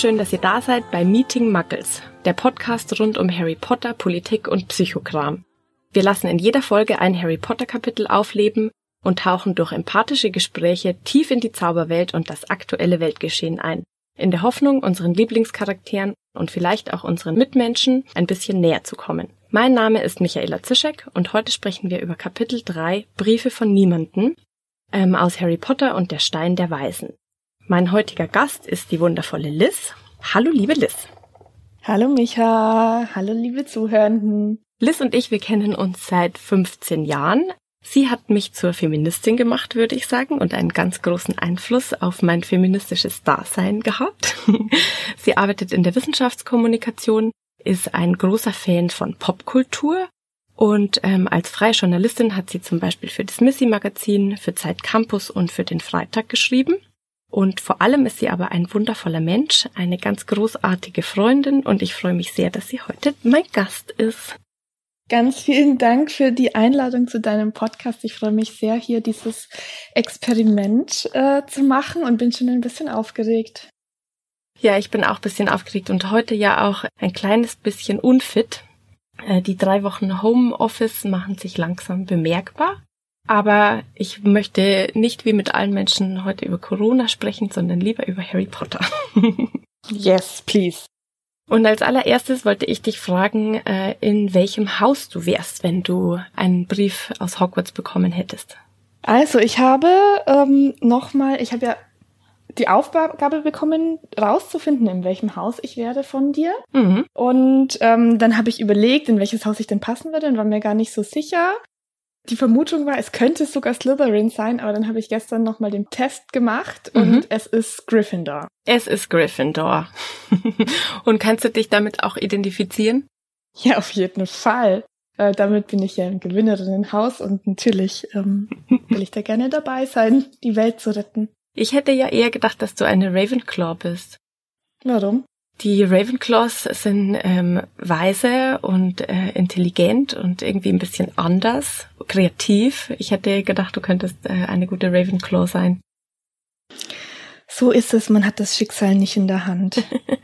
Wunderschön, dass ihr da seid bei Meeting Muggles, der Podcast rund um Harry Potter, Politik und Psychokram. Wir lassen in jeder Folge ein Harry Potter Kapitel aufleben und tauchen durch empathische Gespräche tief in die Zauberwelt und das aktuelle Weltgeschehen ein, in der Hoffnung, unseren Lieblingscharakteren und vielleicht auch unseren Mitmenschen ein bisschen näher zu kommen. Mein Name ist Michaela Zischek und heute sprechen wir über Kapitel 3, Briefe von Niemanden, aus Harry Potter und der Stein der Weisen. Mein heutiger Gast ist die wundervolle Liz. Hallo, liebe Liz. Hallo, Micha. Hallo, liebe Zuhörenden. Liz und ich, wir kennen uns seit 15 Jahren. Sie hat mich zur Feministin gemacht, würde ich sagen, und einen ganz großen Einfluss auf mein feministisches Dasein gehabt. Sie arbeitet in der Wissenschaftskommunikation, ist ein großer Fan von Popkultur und als freie Journalistin hat sie zum Beispiel für das Missy-Magazin, für Zeit Campus und für den Freitag geschrieben. Und vor allem ist sie aber ein wundervoller Mensch, eine ganz großartige Freundin und ich freue mich sehr, dass sie heute mein Gast ist. Ganz vielen Dank für die Einladung zu deinem Podcast. Ich freue mich sehr, hier dieses Experiment zu machen und bin schon ein bisschen aufgeregt. Ja, ich bin auch ein bisschen aufgeregt und heute ja auch ein kleines bisschen unfit. Die 3 Wochen Homeoffice machen sich langsam bemerkbar. Aber ich möchte nicht wie mit allen Menschen heute über Corona sprechen, sondern lieber über Harry Potter. Yes, please. Und als allererstes wollte ich dich fragen, in welchem Haus du wärst, wenn du einen Brief aus Hogwarts bekommen hättest. Also ich habe ich habe ja die Aufgabe bekommen, rauszufinden, in welchem Haus ich werde von dir. Mhm. Und dann habe ich überlegt, in welches Haus ich denn passen würde und war mir gar nicht so sicher. Die Vermutung war, es könnte sogar Slytherin sein, aber dann habe ich gestern nochmal den Test gemacht und es ist Gryffindor. Es ist Gryffindor. Und kannst du dich damit auch identifizieren? Ja, auf jeden Fall. Damit bin ich ja ein Gewinnerinnenhaus und natürlich will ich da gerne dabei sein, die Welt zu retten. Ich hätte ja eher gedacht, dass du eine Ravenclaw bist. Warum? Die Ravenclaws sind weise und intelligent und irgendwie ein bisschen anders, kreativ. Ich hätte gedacht, du könntest eine gute Ravenclaw sein. So ist es, man hat das Schicksal nicht in der Hand.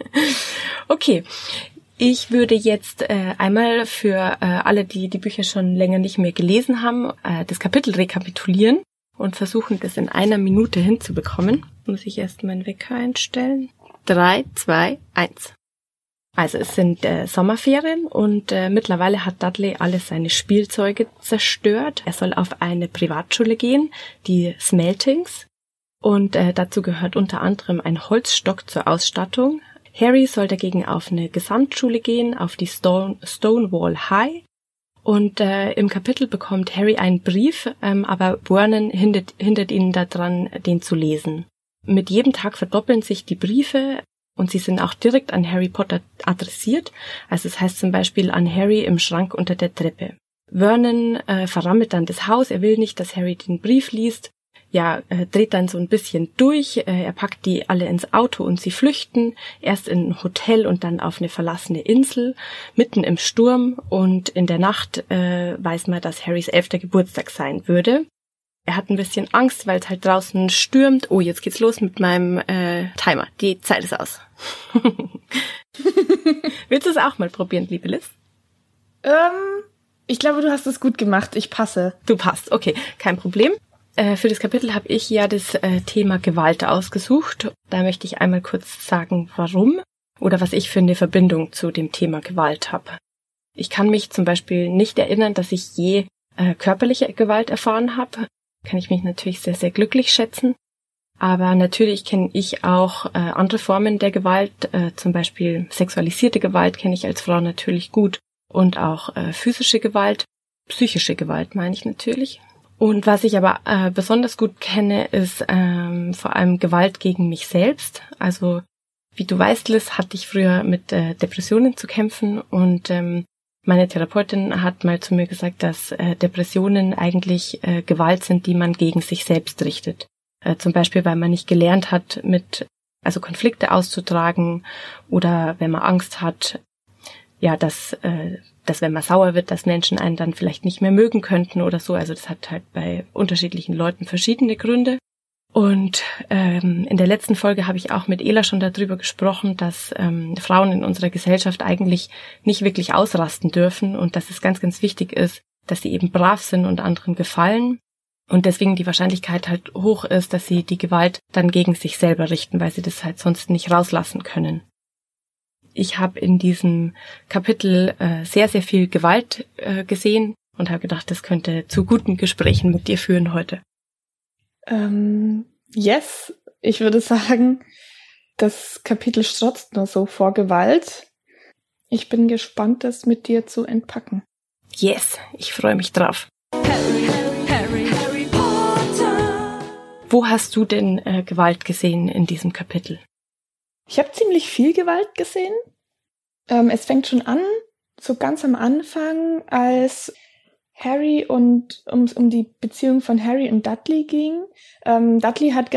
Okay, ich würde jetzt einmal für alle, die die Bücher schon länger nicht mehr gelesen haben, das Kapitel rekapitulieren und versuchen, das in 1 Minute hinzubekommen. Muss ich erst meinen Wecker einstellen. 3, 2, 1. Also es sind Sommerferien und mittlerweile hat Dudley alle seine Spielzeuge zerstört. Er soll auf eine Privatschule gehen, die Smeltings. Und dazu gehört unter anderem ein Holzstock zur Ausstattung. Harry soll dagegen auf eine Gesamtschule gehen, auf die Stonewall High. Und im Kapitel bekommt Harry einen Brief, aber Vernon hindert ihn daran, den zu lesen. Mit jedem Tag verdoppeln sich die Briefe und sie sind auch direkt an Harry Potter adressiert. Also es heißt zum Beispiel an Harry im Schrank unter der Treppe. Vernon verrammelt dann das Haus, er will nicht, dass Harry den Brief liest. Ja, dreht dann so ein bisschen durch, er packt die alle ins Auto und sie flüchten. Erst in ein Hotel und dann auf eine verlassene Insel, mitten im Sturm. Und in der Nacht weiß man, dass Harrys 11. Geburtstag sein würde. Er hat ein bisschen Angst, weil es halt draußen stürmt. Oh, jetzt geht's los mit meinem Timer. Die Zeit ist aus. Willst du es auch mal probieren, liebe Liz? Ich glaube, du hast es gut gemacht. Ich passe. Du passt, okay, kein Problem. Für das Kapitel habe ich ja das Thema Gewalt ausgesucht. Da möchte ich einmal kurz sagen, warum oder was ich für eine Verbindung zu dem Thema Gewalt habe. Ich kann mich zum Beispiel nicht erinnern, dass ich je körperliche Gewalt erfahren habe. Kann ich mich natürlich sehr, sehr glücklich schätzen. Aber natürlich kenne ich auch andere Formen der Gewalt, zum Beispiel sexualisierte Gewalt kenne ich als Frau natürlich gut und auch physische Gewalt, psychische Gewalt meine ich natürlich. Und was ich aber besonders gut kenne, ist vor allem Gewalt gegen mich selbst. Also wie du weißt, Liz, hatte ich früher mit Depressionen zu kämpfen und meine Therapeutin hat mal zu mir gesagt, dass Depressionen eigentlich Gewalt sind, die man gegen sich selbst richtet. Zum Beispiel, weil man nicht gelernt hat, Konflikte auszutragen oder wenn man Angst hat, ja, dass wenn man sauer wird, dass Menschen einen dann vielleicht nicht mehr mögen könnten oder so. Also das hat halt bei unterschiedlichen Leuten verschiedene Gründe. Und in der letzten Folge habe ich auch mit Ela schon darüber gesprochen, dass Frauen in unserer Gesellschaft eigentlich nicht wirklich ausrasten dürfen und dass es ganz, ganz wichtig ist, dass sie eben brav sind und anderen gefallen. Und deswegen die Wahrscheinlichkeit halt hoch ist, dass sie die Gewalt dann gegen sich selber richten, weil sie das halt sonst nicht rauslassen können. Ich habe in diesem Kapitel sehr, sehr viel Gewalt gesehen und habe gedacht, das könnte zu guten Gesprächen mit dir führen heute. Yes, ich würde sagen, das Kapitel strotzt nur so vor Gewalt. Ich bin gespannt, das mit dir zu entpacken. Yes, ich freue mich drauf. Harry Potter. Wo hast du denn Gewalt gesehen in diesem Kapitel? Ich habe ziemlich viel Gewalt gesehen. Es fängt schon an, so ganz am Anfang, als Harry und um die Beziehung von Harry und Dudley ging. Dudley hat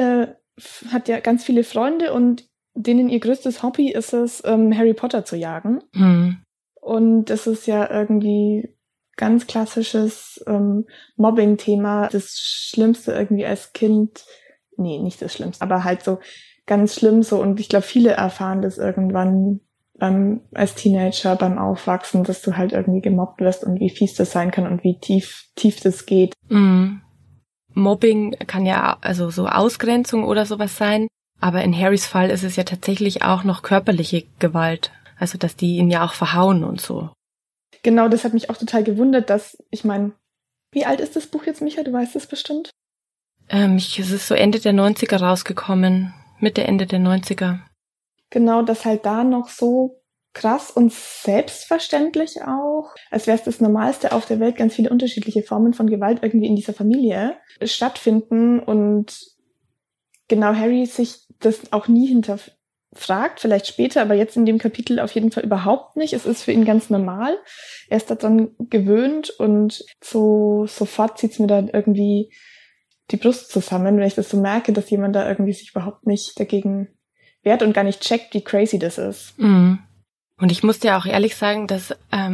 ja ganz viele Freunde und denen ihr größtes Hobby ist es, Harry Potter zu jagen. Mhm. Und das ist ja irgendwie ganz klassisches Mobbing-Thema. Das Schlimmste irgendwie als Kind, nee, nicht das Schlimmste, aber halt so ganz schlimm so. Und ich glaube, viele erfahren das irgendwann als Teenager beim Aufwachsen, dass du halt irgendwie gemobbt wirst und wie fies das sein kann und wie tief das geht. Mhm. Mobbing kann ja also so Ausgrenzung oder sowas sein, aber in Harrys Fall ist es ja tatsächlich auch noch körperliche Gewalt, also dass die ihn ja auch verhauen und so. Genau, das hat mich auch total gewundert, ich meine, wie alt ist das Buch jetzt, Micha? Du weißt es bestimmt? Es ist so Ende der 90er rausgekommen, Mitte, Ende der 90er. Genau, dass halt da noch so krass und selbstverständlich auch, als wäre es das Normalste auf der Welt, ganz viele unterschiedliche Formen von Gewalt irgendwie in dieser Familie stattfinden und genau Harry sich das auch nie hinterfragt, vielleicht später, aber jetzt in dem Kapitel auf jeden Fall überhaupt nicht. Es ist für ihn ganz normal. Er ist daran gewöhnt und sofort zieht es mir da irgendwie die Brust zusammen, wenn ich das so merke, dass jemand da irgendwie sich überhaupt nicht dagegen wehrt und gar nicht checkt, wie crazy das ist. Mhm. Und ich muss dir auch ehrlich sagen, dass,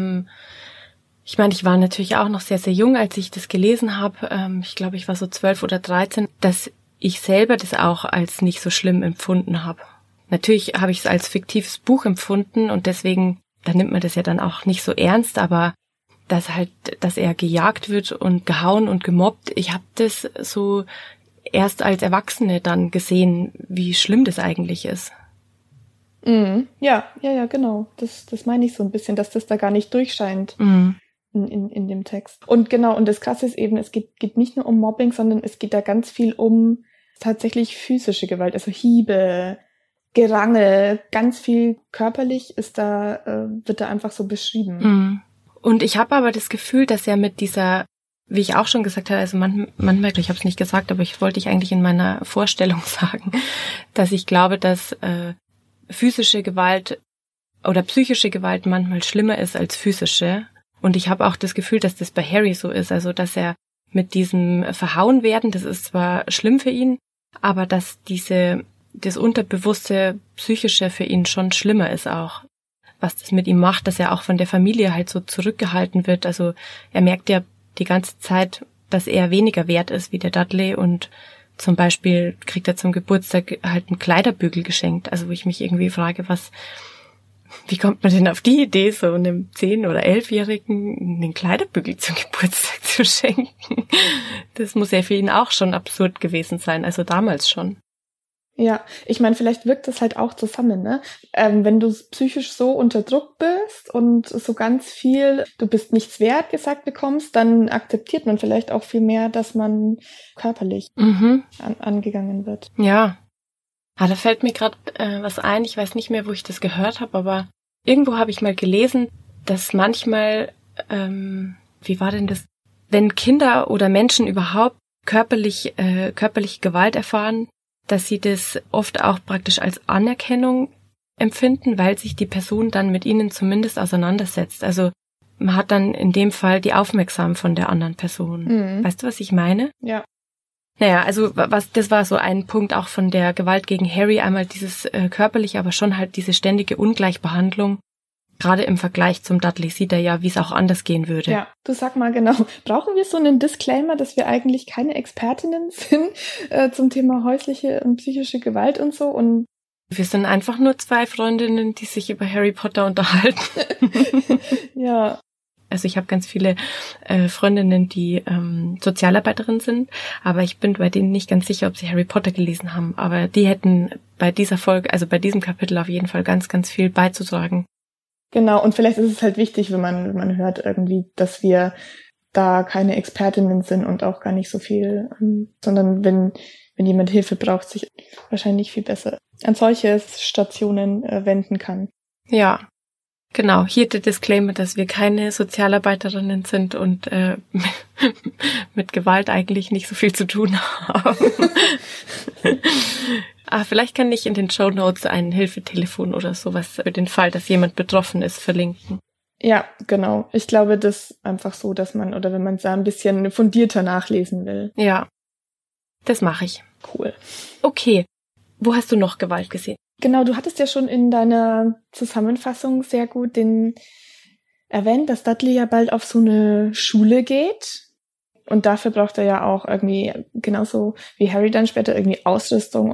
ich meine, ich war natürlich auch noch sehr, sehr jung, als ich das gelesen habe. Ich glaube, ich war so 12 oder 13, dass ich selber das auch als nicht so schlimm empfunden habe. Natürlich habe ich es als fiktives Buch empfunden und deswegen, da nimmt man das ja dann auch nicht so ernst, aber dass er gejagt wird und gehauen und gemobbt, ich habe das so erst als Erwachsene dann gesehen, wie schlimm das eigentlich ist. Mhm. Ja, genau. Das meine ich so ein bisschen, dass das da gar nicht durchscheint in dem Text. Und genau, und das Krasse ist eben, es geht nicht nur um Mobbing, sondern es geht da ganz viel um tatsächlich physische Gewalt, also Hiebe, Gerangel, ganz viel körperlich wird da einfach so beschrieben. Mhm. Und ich habe aber das Gefühl, dass er mit dieser, wie ich auch schon gesagt habe, also manchmal, ich habe es nicht gesagt, aber ich wollte eigentlich in meiner Vorstellung sagen, dass ich glaube, dass physische Gewalt oder psychische Gewalt manchmal schlimmer ist als physische. Und ich habe auch das Gefühl, dass das bei Harry so ist, also dass er mit diesem Verhauen werden, das ist zwar schlimm für ihn, aber dass das unterbewusste Psychische für ihn schon schlimmer ist auch. Was das mit ihm macht, dass er auch von der Familie halt so zurückgehalten wird. Also er merkt ja die ganze Zeit, dass er weniger wert ist wie der Dudley und zum Beispiel kriegt er zum Geburtstag halt einen Kleiderbügel geschenkt. Also wo ich mich irgendwie frage, wie kommt man denn auf die Idee, so einem 10- oder 11-Jährigen einen Kleiderbügel zum Geburtstag zu schenken? Das muss ja für ihn auch schon absurd gewesen sein, also damals schon. Ja, ich meine, vielleicht wirkt das halt auch zusammen, ne? Wenn du psychisch so unter Druck bist und so ganz viel, du bist nichts wert gesagt bekommst, dann akzeptiert man vielleicht auch viel mehr, dass man körperlich angegangen wird. Ja. Da fällt mir gerade was ein, ich weiß nicht mehr, wo ich das gehört habe, aber irgendwo habe ich mal gelesen, dass manchmal, wie war denn das, wenn Kinder oder Menschen überhaupt körperliche Gewalt erfahren, dass sie das oft auch praktisch als Anerkennung empfinden, weil sich die Person dann mit ihnen zumindest auseinandersetzt. Also man hat dann in dem Fall die Aufmerksamkeit von der anderen Person. Mhm. Weißt du, was ich meine? Ja. Naja, also das war so ein Punkt auch von der Gewalt gegen Harry, einmal dieses körperliche, aber schon halt diese ständige Ungleichbehandlung, Gerade im Vergleich zum Dudley sieht er ja, wie es auch anders gehen würde. Ja, du sag mal genau, brauchen wir so einen Disclaimer, dass wir eigentlich keine Expertinnen sind zum Thema häusliche und psychische Gewalt und so? Und wir sind einfach nur 2 Freundinnen, die sich über Harry Potter unterhalten. Ja. Also ich habe ganz viele Freundinnen, die Sozialarbeiterin sind, aber ich bin bei denen nicht ganz sicher, ob sie Harry Potter gelesen haben. Aber die hätten bei dieser Folge, also bei diesem Kapitel auf jeden Fall ganz, ganz viel beizutragen. Genau, und vielleicht ist es halt wichtig, wenn man hört irgendwie, dass wir da keine Expertinnen sind und auch gar nicht so viel, sondern wenn jemand Hilfe braucht, sich wahrscheinlich viel besser an solche Stationen wenden kann. Ja, genau. Hier der Disclaimer, dass wir keine Sozialarbeiterinnen sind und mit Gewalt eigentlich nicht so viel zu tun haben. Vielleicht kann ich in den Shownotes ein Hilfetelefon oder sowas für den Fall, dass jemand betroffen ist, verlinken. Ja, genau. Ich glaube, das ist einfach so, dass man, oder wenn man es da ein bisschen fundierter nachlesen will. Ja, das mache ich. Cool. Okay, wo hast du noch Gewalt gesehen? Genau, du hattest ja schon in deiner Zusammenfassung sehr gut erwähnt, dass Dudley ja bald auf so eine Schule geht. Und dafür braucht er ja auch irgendwie, genauso wie Harry dann später, irgendwie Ausrüstung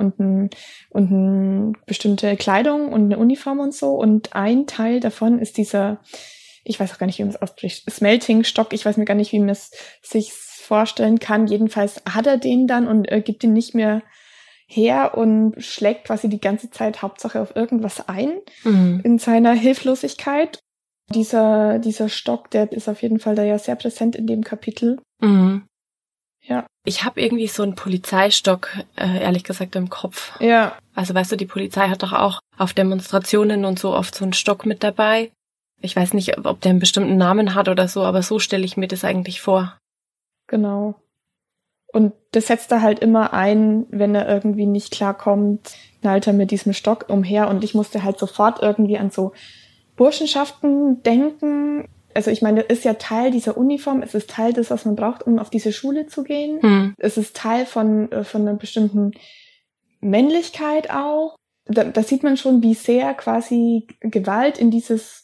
und bestimmte Kleidung und eine Uniform und so. Und ein Teil davon ist dieser, ich weiß auch gar nicht, wie man es ausspricht, Smelting-Stock. Ich weiß mir gar nicht, wie man es sich vorstellen kann. Jedenfalls hat er den dann und gibt ihn nicht mehr her und schlägt quasi die ganze Zeit Hauptsache auf irgendwas ein in seiner Hilflosigkeit. Dieser Stock, der ist auf jeden Fall da ja sehr präsent in dem Kapitel. Mhm. Ja. Ich habe irgendwie so einen Polizeistock, ehrlich gesagt, im Kopf. Ja. Also weißt du, die Polizei hat doch auch auf Demonstrationen und so oft so einen Stock mit dabei. Ich weiß nicht, ob der einen bestimmten Namen hat oder so, aber so stelle ich mir das eigentlich vor. Genau. Und das setzt er halt immer ein, wenn er irgendwie nicht klarkommt, knallt er mit diesem Stock umher. Und ich musste halt sofort irgendwie an so Burschenschaften denken. Also ich meine, das ist ja Teil dieser Uniform, es ist Teil des, was man braucht, um auf diese Schule zu gehen. Es ist Teil von einer bestimmten Männlichkeit auch. Da sieht man schon, wie sehr quasi Gewalt in dieses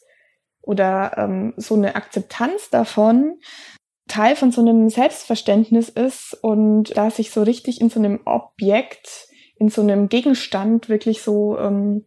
oder so eine Akzeptanz davon Teil von so einem Selbstverständnis ist und da sich so richtig in so einem Objekt, in so einem Gegenstand wirklich so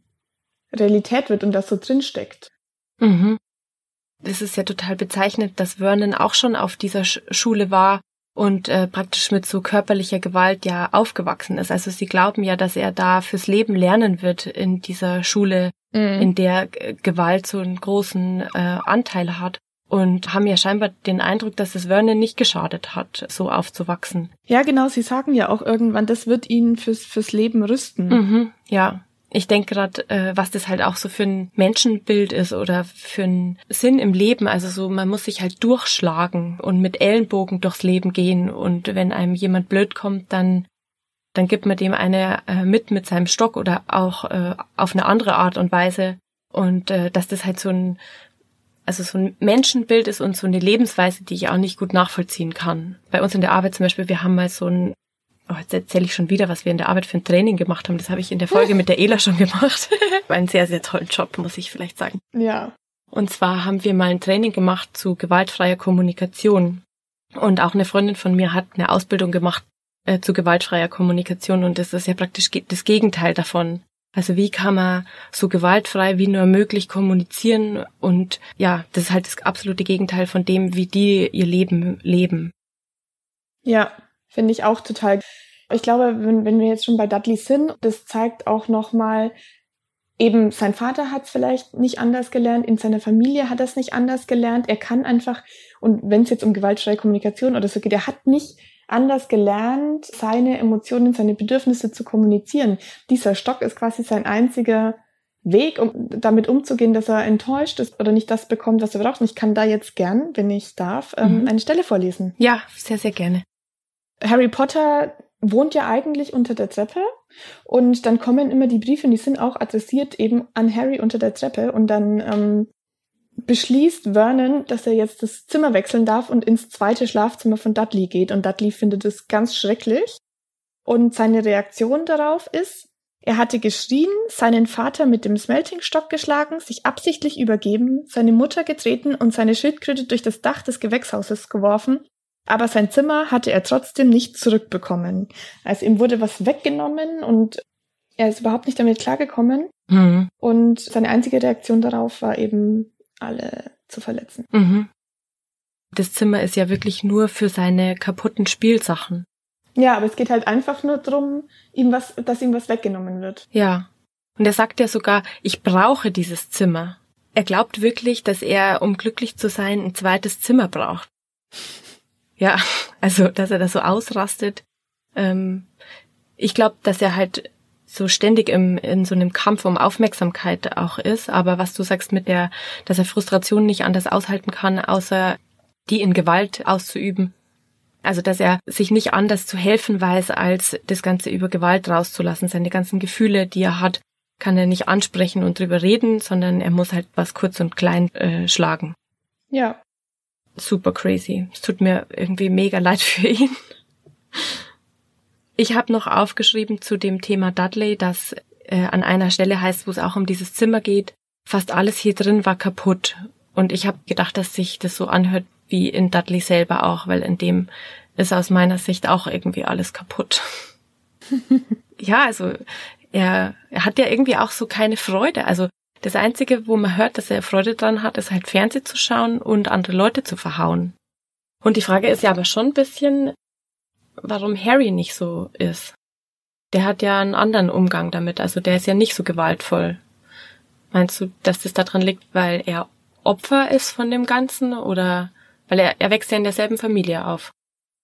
Realität wird und das so drinsteckt. Mhm. Das ist ja total bezeichnend, dass Vernon auch schon auf dieser Schule war und praktisch mit so körperlicher Gewalt ja aufgewachsen ist. Also sie glauben ja, dass er da fürs Leben lernen wird in dieser Schule, in der Gewalt so einen großen Anteil hat. Und haben ja scheinbar den Eindruck, dass es Vernon nicht geschadet hat, so aufzuwachsen. Ja, genau, sie sagen ja auch irgendwann, das wird ihn fürs Leben rüsten. Mhm, ja. Ich denke gerade, was das halt auch so für ein Menschenbild ist oder für einen Sinn im Leben. Also so, man muss sich halt durchschlagen und mit Ellenbogen durchs Leben gehen. Und wenn einem jemand blöd kommt, dann gibt man dem eine mit seinem Stock oder auch auf eine andere Art und Weise. Und dass das halt so ein Menschenbild ist und so eine Lebensweise, die ich auch nicht gut nachvollziehen kann. Bei uns in der Arbeit zum Beispiel, wir haben mal jetzt erzähle ich schon wieder, was wir in der Arbeit für ein Training gemacht haben. Das habe ich in der Folge mit der Ela schon gemacht. War ein sehr, sehr tollen Job, muss ich vielleicht sagen. Ja. Und zwar haben wir mal ein Training gemacht zu gewaltfreier Kommunikation. Und auch eine Freundin von mir hat eine Ausbildung gemacht zu gewaltfreier Kommunikation. Und das ist ja praktisch das Gegenteil davon. Also wie kann man so gewaltfrei wie nur möglich kommunizieren? Und ja, das ist halt das absolute Gegenteil von dem, wie die ihr Leben leben. Ja, finde ich auch total. Ich glaube, wenn wir jetzt schon bei Dudley sind, das zeigt auch nochmal, eben sein Vater hat es vielleicht nicht anders gelernt, in seiner Familie hat er es nicht anders gelernt. Er kann einfach, und wenn es jetzt um gewaltfreie Kommunikation oder so geht, er hat nicht anders gelernt, seine Emotionen, seine Bedürfnisse zu kommunizieren. Dieser Stock ist quasi sein einziger Weg, um damit umzugehen, dass er enttäuscht ist oder nicht das bekommt, was er braucht. Und ich kann da jetzt gern, wenn ich darf, eine Stelle vorlesen. Ja, sehr, sehr gerne. Harry Potter wohnt ja eigentlich unter der Treppe und dann kommen immer die Briefe und die sind auch adressiert eben an Harry unter der Treppe und dann beschließt Vernon, dass er jetzt das Zimmer wechseln darf und ins zweite Schlafzimmer von Dudley geht und Dudley findet es ganz schrecklich und seine Reaktion darauf ist, Er hatte geschrien, seinen Vater mit dem Smeltingstock geschlagen, sich absichtlich übergeben, seine Mutter getreten und seine Schildkröte durch das Dach des Gewächshauses geworfen, aber sein Zimmer hatte er trotzdem nicht zurückbekommen. Also ihm wurde was weggenommen und er ist überhaupt nicht damit klargekommen. Mhm. Und seine einzige Reaktion darauf war eben, alle zu verletzen. Mhm. Das Zimmer ist ja wirklich nur für seine kaputten Spielsachen. Ja, aber es geht halt einfach nur darum, dass ihm was weggenommen wird. Ja. Und er sagt ja sogar, ich brauche dieses Zimmer. Er glaubt wirklich, dass er, um glücklich zu sein, ein zweites Zimmer braucht. Ja, also, dass er da so ausrastet. Ich glaube, dass er halt so ständig in so einem Kampf um Aufmerksamkeit auch ist. Aber was du sagst dass er Frustration nicht anders aushalten kann, außer die in Gewalt auszuüben. Also, dass er sich nicht anders zu helfen weiß, als das Ganze über Gewalt rauszulassen. Seine ganzen Gefühle, die er hat, kann er nicht ansprechen und drüber reden, sondern er muss halt was kurz und klein schlagen. Ja. Super crazy. Es tut mir irgendwie mega leid für ihn. Ich habe noch aufgeschrieben zu dem Thema Dudley, dass an einer Stelle heißt, wo es auch um dieses Zimmer geht, fast alles hier drin war kaputt. Und ich habe gedacht, dass sich das so anhört wie in Dudley selber auch, weil in dem ist aus meiner Sicht auch irgendwie alles kaputt. Ja, also er hat ja irgendwie auch so keine Freude. Also das Einzige, wo man hört, dass er Freude dran hat, ist halt Fernsehen zu schauen und andere Leute zu verhauen. Und die Frage ist ja aber schon ein bisschen, warum Harry nicht so ist. Der hat ja einen anderen Umgang damit, also der ist ja nicht so gewaltvoll. Meinst du, dass das daran liegt, weil er Opfer ist von dem Ganzen oder weil er wächst ja in derselben Familie auf?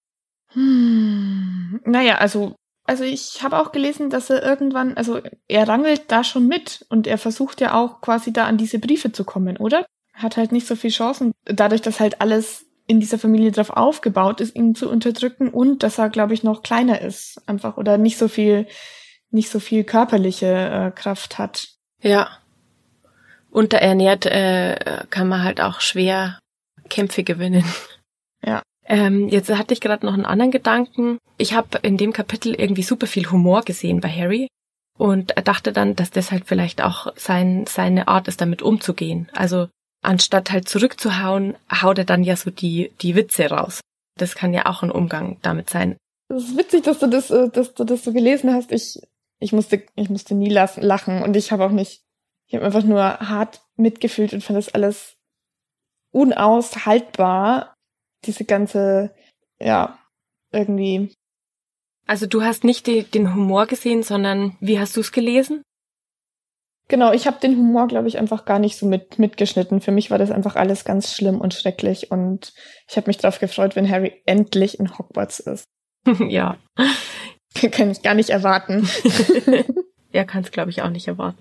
Naja, also ich habe auch gelesen, dass er irgendwann, also er rangelt da schon mit und er versucht ja auch quasi da an diese Briefe zu kommen, oder? Hat halt nicht so viel Chancen, dadurch, dass halt alles in dieser Familie drauf aufgebaut ist, ihn zu unterdrücken und dass er, glaube ich, noch kleiner ist, einfach, oder nicht so viel körperliche Kraft hat. Ja. Unterernährt kann man halt auch schwer Kämpfe gewinnen. Ja. Jetzt hatte ich gerade noch einen anderen Gedanken. Ich habe in dem Kapitel irgendwie super viel Humor gesehen bei Harry und dachte dann, dass das halt vielleicht auch seine Art ist, damit umzugehen. Also anstatt halt zurückzuhauen, haut er dann ja so die Witze raus. Das kann ja auch ein Umgang damit sein. Das ist witzig, dass du das so gelesen hast. Ich musste nie lachen und ich habe einfach nur hart mitgefühlt und fand das alles unaushaltbar. Diese ganze, ja, irgendwie. Also du hast nicht den Humor gesehen, sondern wie hast du es gelesen? Genau, ich habe den Humor, glaube ich, einfach gar nicht so mitgeschnitten. Für mich war das einfach alles ganz schlimm und schrecklich und ich habe mich drauf gefreut, wenn Harry endlich in Hogwarts ist. Ja. Kann ich gar nicht erwarten. Er kann es, glaube ich, auch nicht erwarten.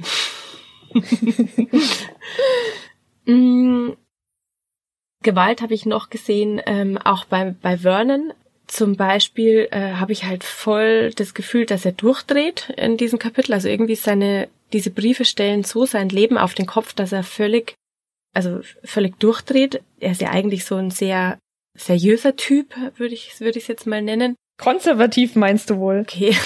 Gewalt habe ich noch gesehen, auch bei Vernon. Zum Beispiel habe ich halt voll das Gefühl, dass er durchdreht in diesem Kapitel. Also irgendwie diese Briefe stellen so sein Leben auf den Kopf, dass er völlig durchdreht. Er ist ja eigentlich so ein sehr seriöser Typ, würde ich es jetzt mal nennen. Konservativ meinst du wohl? Okay.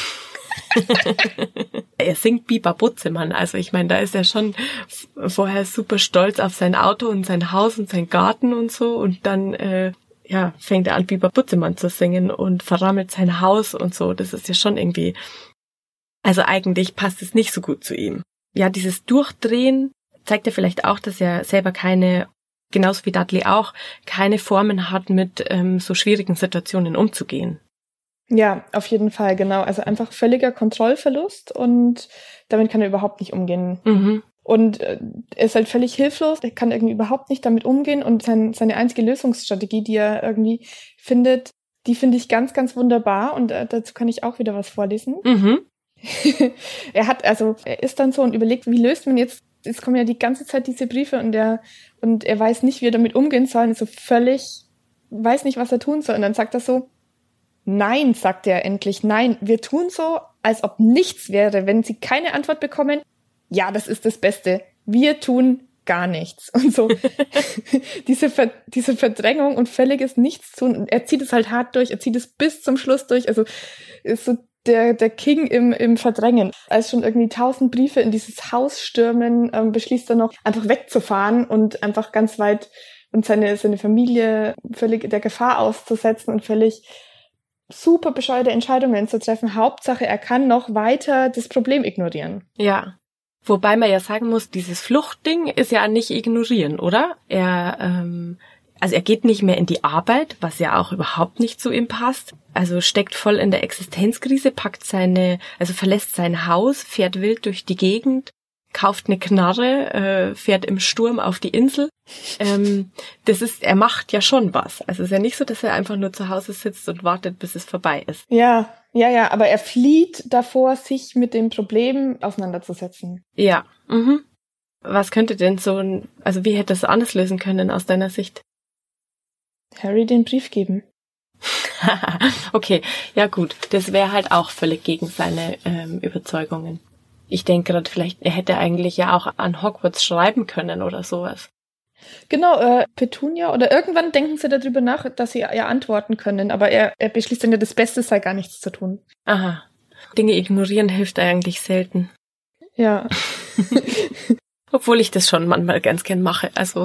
Er singt Biber Butzemann, also ich meine, da ist er schon vorher super stolz auf sein Auto und sein Haus und sein Garten und so und dann fängt er an, Biber Butzemann zu singen und verrammelt sein Haus und so. Das ist ja schon irgendwie, also eigentlich passt es nicht so gut zu ihm. Ja, dieses Durchdrehen zeigt ja vielleicht auch, dass er selber genauso wie Dudley auch, keine Formen hat, mit so schwierigen Situationen umzugehen. Ja, auf jeden Fall, genau. Also einfach völliger Kontrollverlust und damit kann er überhaupt nicht umgehen. Mhm. Und er ist halt völlig hilflos, er kann irgendwie überhaupt nicht damit umgehen und seine einzige Lösungsstrategie, die er irgendwie findet, die finde ich ganz, ganz wunderbar und dazu kann ich auch wieder was vorlesen. Mhm. Er ist dann so und überlegt, wie löst man jetzt kommen ja die ganze Zeit diese Briefe und er weiß nicht, wie er damit umgehen soll und ist so völlig, weiß nicht, was er tun soll und dann sagt er so, nein, sagt er endlich, nein, wir tun so, als ob nichts wäre, wenn sie keine Antwort bekommen. Ja, das ist das Beste. Wir tun gar nichts. Und so diese Verdrängung und völliges Nichtstun. Er zieht es halt hart durch, er zieht es bis zum Schluss durch. Also ist so der King im Verdrängen. Als schon irgendwie 1000 Briefe in dieses Haus stürmen, beschließt er noch, einfach wegzufahren und einfach ganz weit und seine Familie völlig der Gefahr auszusetzen und völlig super bescheuerte Entscheidungen zu treffen. Hauptsache, er kann noch weiter das Problem ignorieren. Ja. Wobei man ja sagen muss, dieses Fluchtding ist ja nicht ignorieren, oder? Er geht nicht mehr in die Arbeit, was ja auch überhaupt nicht zu ihm passt. Also steckt voll in der Existenzkrise, verlässt sein Haus, fährt wild durch die Gegend, kauft eine Knarre, fährt im Sturm auf die Insel. Er macht ja schon was. Also es ist ja nicht so, dass er einfach nur zu Hause sitzt und wartet, bis es vorbei ist. Ja, aber er flieht davor, sich mit dem Problem auseinanderzusetzen. Ja. Mhm. Was könnte denn wie hätte es anders lösen können aus deiner Sicht? Harry den Brief geben. Okay, ja gut. Das wäre halt auch völlig gegen seine Überzeugungen. Ich denke gerade, er hätte eigentlich ja auch an Hogwarts schreiben können oder sowas. Genau, Petunia oder irgendwann denken sie darüber nach, dass sie ja antworten können, aber er beschließt dann ja, das Beste sei gar nichts zu tun. Aha. Dinge ignorieren hilft eigentlich selten. Ja. Obwohl ich das schon manchmal ganz gern mache. Also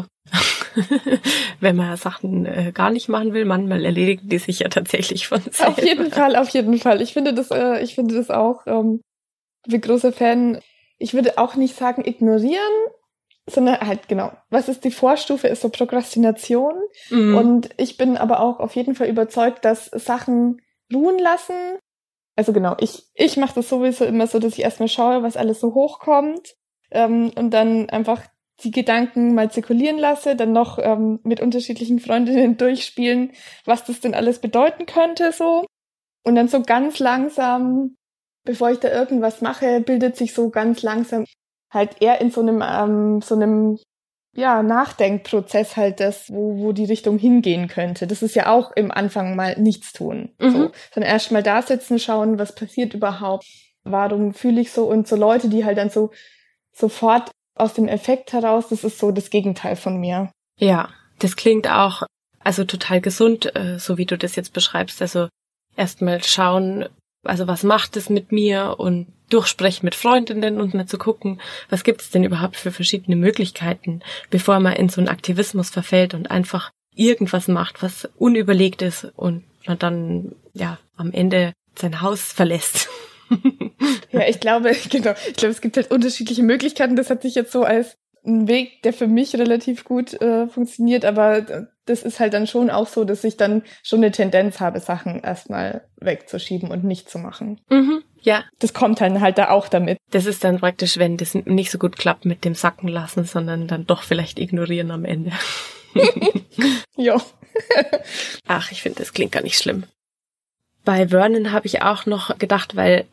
wenn man Sachen gar nicht machen will, manchmal erledigen die sich ja tatsächlich von selber. Auf jeden Fall. Ich finde das auch, wie großer Fan. Ich würde auch nicht sagen ignorieren, sondern halt genau. Was ist die Vorstufe? Ist so Prokrastination. Mhm. Und ich bin aber auch auf jeden Fall überzeugt, dass Sachen ruhen lassen. Also genau, ich mache das sowieso immer so, dass ich erstmal schaue, was alles so hochkommt. Und dann einfach die Gedanken mal zirkulieren lasse, dann noch mit unterschiedlichen Freundinnen durchspielen, was das denn alles bedeuten könnte, so. Und dann so ganz langsam, bevor ich da irgendwas mache, bildet sich so ganz langsam halt eher in so einem Nachdenkprozess halt das, wo die Richtung hingehen könnte. Das ist ja auch im Anfang mal nichts tun. Mhm. So. Sondern erst mal da sitzen, schauen, was passiert überhaupt, warum fühle ich so, und so Leute, die halt dann so sofort aus dem Effekt heraus, das ist so das Gegenteil von mir. Ja, das klingt auch total gesund, so wie du das jetzt beschreibst. Also erstmal schauen, was macht es mit mir, und durchsprechen mit Freundinnen und mal zu gucken, was gibt es denn überhaupt für verschiedene Möglichkeiten, bevor man in so einen Aktivismus verfällt und einfach irgendwas macht, was unüberlegt ist und man dann am Ende sein Haus verlässt. Ja, ich glaube, es gibt halt unterschiedliche Möglichkeiten. Das hat sich jetzt so als ein Weg, der für mich relativ gut funktioniert, aber das ist halt dann schon auch so, dass ich dann schon eine Tendenz habe, Sachen erstmal wegzuschieben und nicht zu machen. Mhm, ja. Das kommt dann halt da auch damit. Das ist dann praktisch, wenn das nicht so gut klappt mit dem Sacken lassen, sondern dann doch vielleicht ignorieren am Ende. Jo. Ach, ich finde, das klingt gar nicht schlimm. Bei Vernon habe ich auch noch gedacht, weil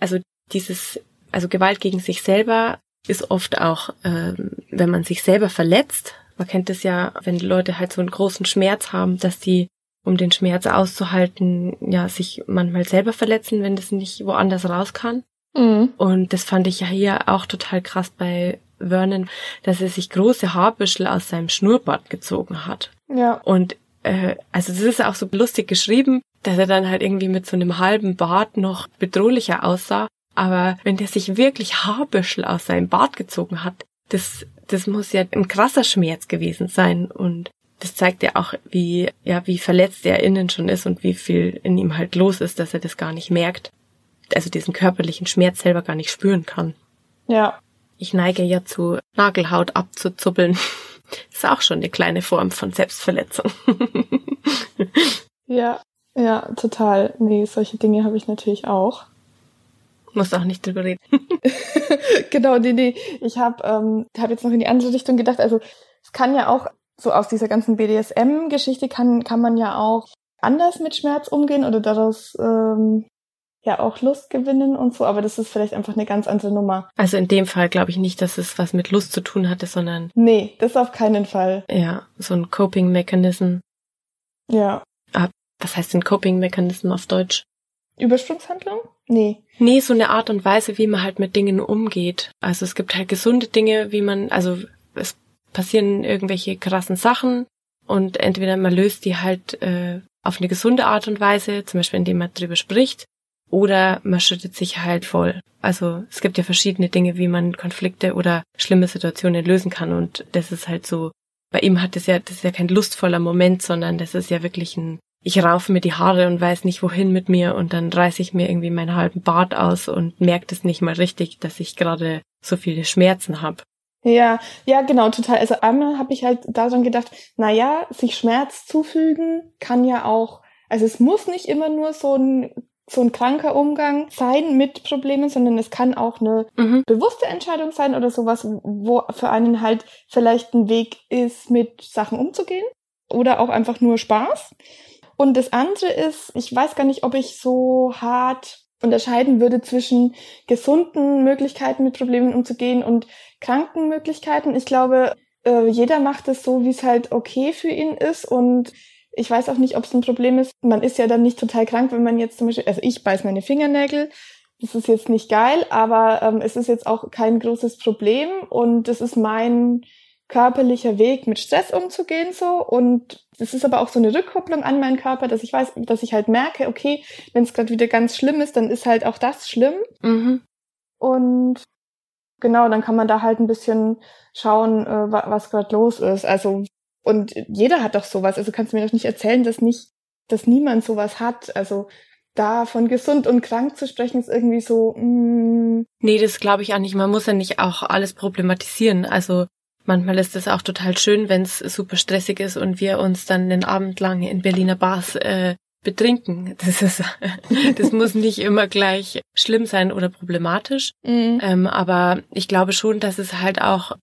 Gewalt gegen sich selber ist oft auch, wenn man sich selber verletzt. Man kennt es ja, wenn die Leute halt so einen großen Schmerz haben, dass die, um den Schmerz auszuhalten, sich manchmal selber verletzen, wenn das nicht woanders raus kann. Mhm. Und das fand ich ja hier auch total krass bei Vernon, dass er sich große Haarbüschel aus seinem Schnurrbart gezogen hat. Ja. Und das ist auch so lustig geschrieben, dass er dann halt irgendwie mit so einem halben Bart noch bedrohlicher aussah. Aber wenn der sich wirklich Haarbüschel aus seinem Bart gezogen hat, das muss ja ein krasser Schmerz gewesen sein. Und das zeigt ja auch, wie verletzt er innen schon ist und wie viel in ihm halt los ist, dass er das gar nicht merkt. Also diesen körperlichen Schmerz selber gar nicht spüren kann. Ja. Ich neige ja zu Nagelhaut abzuzuppeln. Ist auch schon eine kleine Form von Selbstverletzung. Ja, total. Nee, solche Dinge habe ich natürlich auch. Muss auch nicht drüber reden. Genau, nee. Ich habe jetzt noch in die andere Richtung gedacht. Also es kann ja auch, so aus dieser ganzen BDSM-Geschichte kann man ja auch anders mit Schmerz umgehen oder daraus auch Lust gewinnen und so. Aber das ist vielleicht einfach eine ganz andere Nummer. Also in dem Fall glaube ich nicht, dass es was mit Lust zu tun hatte, sondern... Nee, das auf keinen Fall. Ja, so ein Coping-Mechanism. Ja. Was heißt denn Coping-Mechanism auf Deutsch? Übersprungshandlung? Nee. Nee, so eine Art und Weise, wie man halt mit Dingen umgeht. Also es gibt halt gesunde Dinge, es passieren irgendwelche krassen Sachen und entweder man löst die halt auf eine gesunde Art und Weise, zum Beispiel indem man drüber spricht, oder man schüttet sich halt voll. Also es gibt ja verschiedene Dinge, wie man Konflikte oder schlimme Situationen lösen kann und das ist halt so, bei ihm das ist ja kein lustvoller Moment, sondern das ist ja wirklich ich raufe mir die Haare und weiß nicht wohin mit mir und dann reiße ich mir irgendwie meinen halben Bart aus und merke das nicht mal richtig, dass ich gerade so viele Schmerzen habe. Ja, genau, total. Also einmal habe ich halt daran gedacht, sich Schmerz zufügen kann ja auch, also es muss nicht immer nur so ein kranker Umgang sein mit Problemen, sondern es kann auch eine bewusste Entscheidung sein oder sowas, wo für einen halt vielleicht ein Weg ist, mit Sachen umzugehen oder auch einfach nur Spaß. Und das andere ist, ich weiß gar nicht, ob ich so hart unterscheiden würde zwischen gesunden Möglichkeiten, mit Problemen umzugehen und kranken Möglichkeiten. Ich glaube, jeder macht es so, wie es halt okay für ihn ist und ich weiß auch nicht, ob es ein Problem ist. Man ist ja dann nicht total krank, wenn man jetzt zum Beispiel, also ich beiß meine Fingernägel, das ist jetzt nicht geil, aber es ist jetzt auch kein großes Problem und das ist mein körperlicher Weg, mit Stress umzugehen so und es ist aber auch so eine Rückkopplung an meinen Körper, dass ich weiß, dass ich halt merke, okay, wenn es gerade wieder ganz schlimm ist, dann ist halt auch das schlimm. Und genau, dann kann man da halt ein bisschen schauen, was gerade los ist. Also und jeder hat doch sowas. Also kannst du mir doch nicht erzählen, dass niemand sowas hat. Also da von gesund und krank zu sprechen, ist irgendwie so. Nee, das glaube ich auch nicht. Man muss ja nicht auch alles problematisieren. Also manchmal ist es auch total schön, wenn es super stressig ist und wir uns dann den Abend lang in Berliner Bars betrinken. Das muss nicht immer gleich schlimm sein oder problematisch. Aber ich glaube schon, dass es halt auch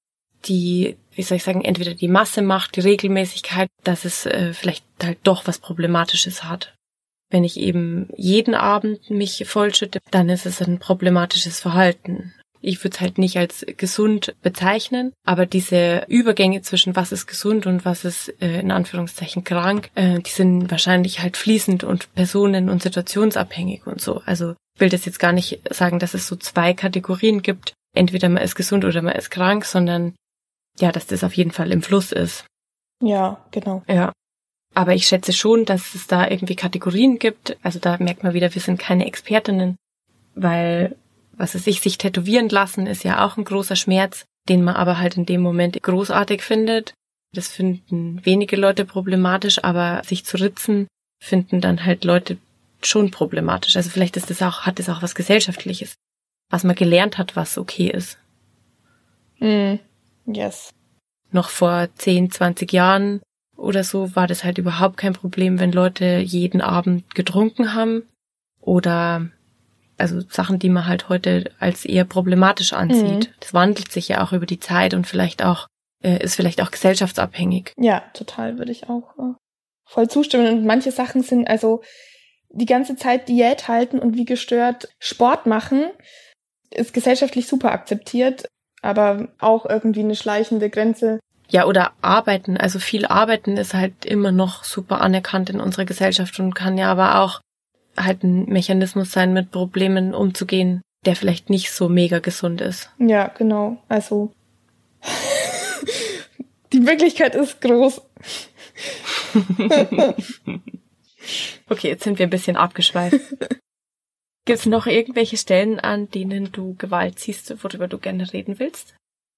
entweder die Masse macht, die Regelmäßigkeit, dass es vielleicht halt doch was Problematisches hat. Wenn ich eben jeden Abend mich vollschütte, dann ist es ein problematisches Verhalten. Ich würde es halt nicht als gesund bezeichnen, aber diese Übergänge zwischen was ist gesund und was ist in Anführungszeichen krank, die sind wahrscheinlich halt fließend und personen- und situationsabhängig und so. Also ich will das jetzt gar nicht sagen, dass es so zwei Kategorien gibt, entweder man ist gesund oder man ist krank, sondern ja, dass das auf jeden Fall im Fluss ist. Ja, genau. Ja. Aber ich schätze schon, dass es da irgendwie Kategorien gibt. Also da merkt man wieder, wir sind keine Expertinnen, weil sich tätowieren lassen, ist ja auch ein großer Schmerz, den man aber halt in dem Moment großartig findet. Das finden wenige Leute problematisch, aber sich zu ritzen, finden dann halt Leute schon problematisch. Also vielleicht hat es auch was Gesellschaftliches, was man gelernt hat, was okay ist. Yes. Noch vor 10, 20 Jahren oder so war das halt überhaupt kein Problem, wenn Leute jeden Abend getrunken haben oder also Sachen, die man halt heute als eher problematisch ansieht. Das wandelt sich ja auch über die Zeit und ist vielleicht auch gesellschaftsabhängig. Ja, total, würde ich auch voll zustimmen. Und manche Sachen sind also die ganze Zeit Diät halten und wie gestört Sport machen, ist gesellschaftlich super akzeptiert, aber auch irgendwie eine schleichende Grenze. Ja, oder arbeiten. Also viel arbeiten ist halt immer noch super anerkannt in unserer Gesellschaft und kann ja aber auch halt ein Mechanismus sein, mit Problemen umzugehen, der vielleicht nicht so mega gesund ist. Ja, genau. Also die Möglichkeit ist groß. Okay, jetzt sind wir ein bisschen abgeschweift. Gibt es noch irgendwelche Stellen, an denen du Gewalt siehst, worüber du gerne reden willst?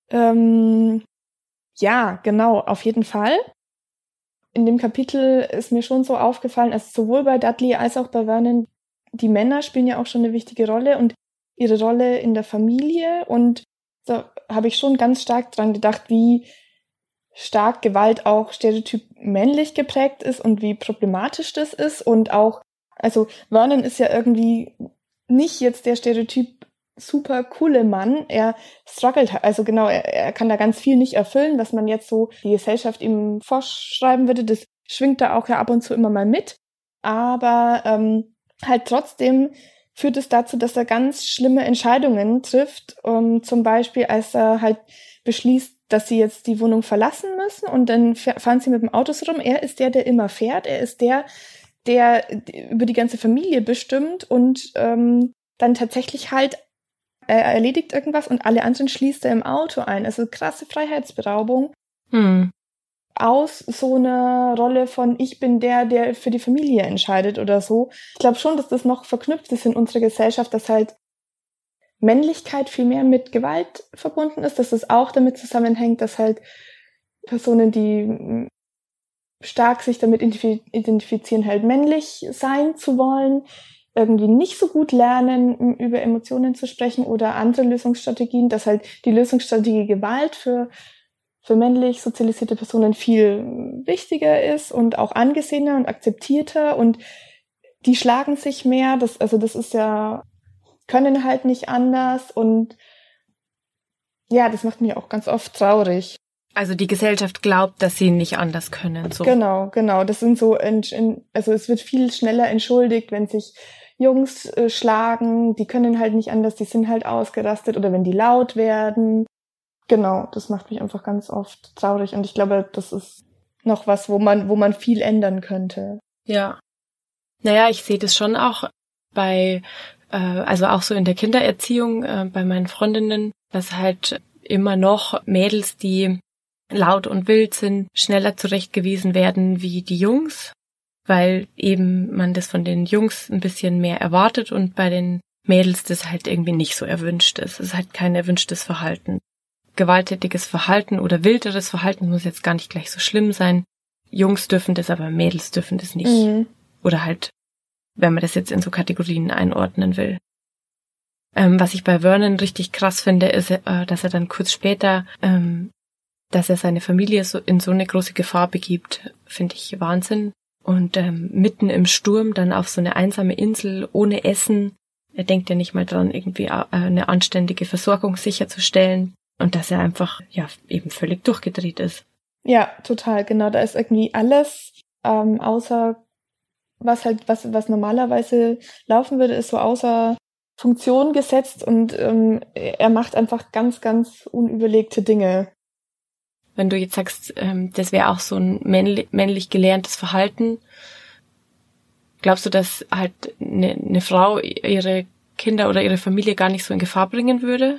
Ja, genau, auf jeden Fall. In dem Kapitel ist mir schon so aufgefallen, also sowohl bei Dudley als auch bei Vernon, die Männer spielen ja auch schon eine wichtige Rolle und ihre Rolle in der Familie. Und so habe ich schon ganz stark dran gedacht, wie stark Gewalt auch stereotyp männlich geprägt ist und wie problematisch das ist. Und auch, also Vernon ist ja irgendwie nicht jetzt der Stereotyp super coole Mann. Er struggelt, also genau, er kann da ganz viel nicht erfüllen, was man jetzt so die Gesellschaft ihm vorschreiben würde. Das schwingt da auch ja ab und zu immer mal mit. Aber halt trotzdem führt es dazu, dass er ganz schlimme Entscheidungen trifft. Zum Beispiel, als er halt beschließt, dass sie jetzt die Wohnung verlassen müssen und dann fahren sie mit dem Auto rum. Er ist der immer fährt. Er ist der über die ganze Familie bestimmt und dann tatsächlich halt er erledigt irgendwas und alle anderen schließt er im Auto ein. Also krasse Freiheitsberaubung. aus so einer Rolle von ich bin der für die Familie entscheidet oder so. Ich glaube schon, dass das noch verknüpft ist in unserer Gesellschaft, dass halt Männlichkeit viel mehr mit Gewalt verbunden ist, dass es auch damit zusammenhängt, dass halt Personen, die stark sich damit identifizieren, halt männlich sein zu wollen, irgendwie nicht so gut lernen, über Emotionen zu sprechen oder andere Lösungsstrategien, dass halt die Lösungsstrategie Gewalt für männlich sozialisierte Personen viel wichtiger ist und auch angesehener und akzeptierter und die schlagen sich mehr, das ist ja, können halt nicht anders und ja, das macht mich auch ganz oft traurig. Also die Gesellschaft glaubt, dass sie nicht anders können. So. Genau. Das sind so, also es wird viel schneller entschuldigt, wenn sich Jungs schlagen, die können halt nicht anders, die sind halt ausgerastet oder wenn die laut werden. Genau, das macht mich einfach ganz oft traurig und ich glaube, das ist noch was, wo man viel ändern könnte. Ja. Naja, ich sehe das schon auch bei, also auch so in der Kindererziehung bei meinen Freundinnen, dass halt immer noch Mädels, die laut und wild sind, schneller zurechtgewiesen werden wie die Jungs, weil eben man das von den Jungs ein bisschen mehr erwartet und bei den Mädels das halt irgendwie nicht so erwünscht ist. Es ist halt kein erwünschtes Verhalten. Gewalttätiges Verhalten oder wilderes Verhalten muss jetzt gar nicht gleich so schlimm sein. Jungs dürfen das, aber Mädels dürfen das nicht. Mhm. Oder halt, wenn man das jetzt in so Kategorien einordnen will. Was ich bei Vernon richtig krass finde, ist, dass er dann kurz später, dass er seine Familie so in so eine große Gefahr begibt, finde ich Wahnsinn. Und mitten im Sturm dann auf so eine einsame Insel ohne Essen. Er denkt ja nicht mal dran, irgendwie eine anständige Versorgung sicherzustellen. Und dass er einfach, ja, eben völlig durchgedreht ist. Ja, total, genau. Da ist irgendwie alles, außer was normalerweise laufen würde, ist so außer Funktion gesetzt und er macht einfach ganz, ganz unüberlegte Dinge. Wenn du jetzt sagst, das wäre auch so ein männlich gelerntes Verhalten, glaubst du, dass halt eine Frau ihre Kinder oder ihre Familie gar nicht so in Gefahr bringen würde?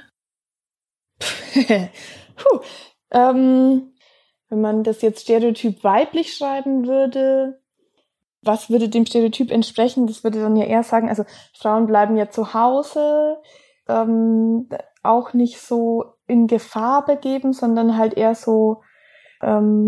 Wenn man das jetzt Stereotyp weiblich schreiben würde, was würde dem Stereotyp entsprechen? Das würde dann ja eher sagen, also Frauen bleiben ja zu Hause, auch nicht so in Gefahr begeben, sondern halt eher so, I